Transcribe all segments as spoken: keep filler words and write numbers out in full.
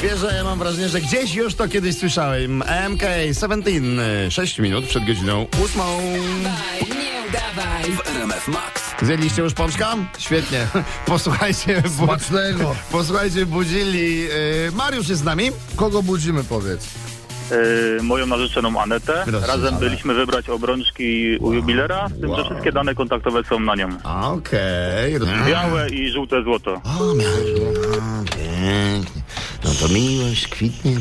Świeże, mam wrażenie, że gdzieś już to kiedyś słyszałem. M K siedemnaście, sześć minut przed godziną ósmą. Nie udawaj w R M F Max. Zjedliście już pączka? Świetnie. Posłuchajcie, bu- Smacznego. posłuchajcie, budzili. Yy, Mariusz jest z nami. Kogo budzimy, powiedz? Yy, moją narzeczoną Anetę. Proszę, Razem ale- byliśmy wybrać obrączki u jubilera, z tym, Wow. że wszystkie dane kontaktowe są na nią. Okej. Okay. Białe i żółte złoto. O, miałem. No, pięknie. No to miłość kwitnie.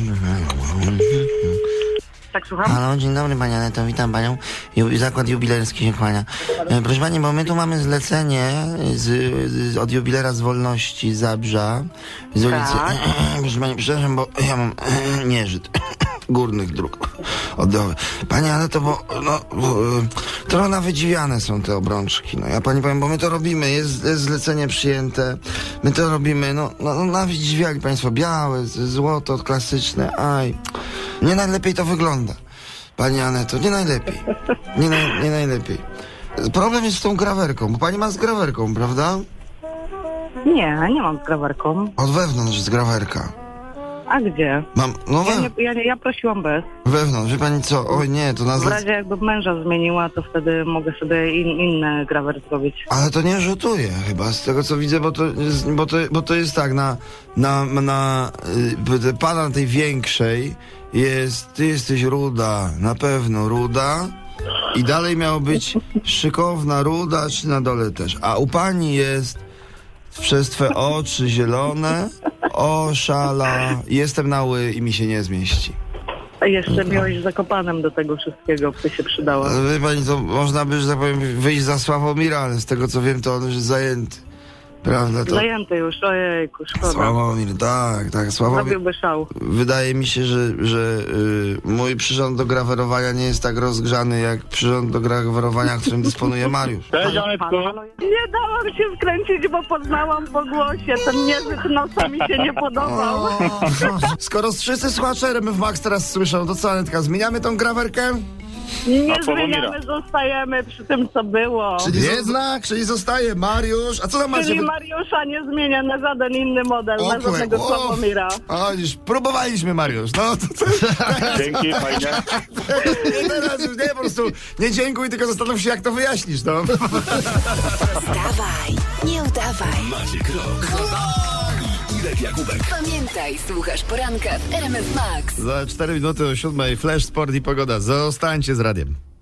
Tak, słucham? Halo, dzień dobry Pani Aneto, witam Panią. Ju, zakład jubilerski się kłania. E, proszę Pani, bo my tu mamy zlecenie z, z, od jubilera z Wolności z Zabrza, z ulicy... Tak. Proszę Pani, przepraszam, bo ja mam nieżyt górnych dróg oddechowych. Pani Aneto, bo, no, bo, e, trochę nawydziwiane są te obrączki. No ja Pani powiem, bo my to robimy, jest, jest zlecenie przyjęte, my to robimy, no, no, no nawydziwiali Państwo, białe, z- złoto, klasyczne, aj... Nie najlepiej to wygląda, Pani Aneto, nie najlepiej. Nie, naj, nie najlepiej. Problem jest z tą grawerką, bo Pani ma z grawerką, prawda? Nie, nie mam z grawerką. Od wewnątrz jest grawerka. A gdzie? Mam, no Ja, we, nie, ja, nie, ja prosiłam bez. wewnątrz, wie Pani co, oj nie, to na W zle... razie jakby męża zmieniła, to wtedy mogę sobie in, inne grawery zrobić. Ale to nie rzutuje chyba, z tego co widzę, bo to jest, bo to, bo to jest tak, na, na, na y, Pana tej większej jest, Ty jesteś ruda, na pewno ruda. I dalej miało być szykowna, ruda, czy na dole też. A u Pani jest przez Twe oczy zielone, oszala, jestem na ły i mi się nie zmieści. A jeszcze miłość z Zakopanem do tego wszystkiego by się przydała. Ale wie Pani, to można by, że tak powiem, wyjść za Sławomira, ale z tego co wiem, to on już jest zajęty. Prawda? To Zajęty już, ojejku, szkoda. Sławomir, tak, tak, Sławomir. Zrobiłby szał. Wydaje mi się, że, że y, mój przyrząd do grawerowania nie jest tak rozgrzany jak przyrząd do grawerowania, którym dysponuje Mariusz. Cześć, Anetko. Nie dałam się wkręcić, bo poznałam po głosie. Ten nieżyk nosa mi się nie podobał. Skoro wszyscy słuchacze R M F Max teraz słyszą, to co, Anetka, zmieniamy tą grawerkę? Nie A Sławomira? zmieniamy, zostajemy przy tym, co było. Czyli jednak, czyli zostaje Mariusz. A co tam macie? Czyli Mariusza nie zmienia na żaden inny model, O, na żadnego o. Sławomira. O, już próbowaliśmy, Mariusz. No to co? Dzięki, fajnie. Nie, teraz już nie, po prostu nie dziękuj, tylko zastanów się, jak to wyjaśnisz, no. Wstawaj, nie udawaj. Maciek Rok i Irek Jakubek. Pamiętaj, słuchasz poranka w R M F Max. Za cztery minuty o siódmej Flash, Sport i Pogoda. Zostańcie z radiem.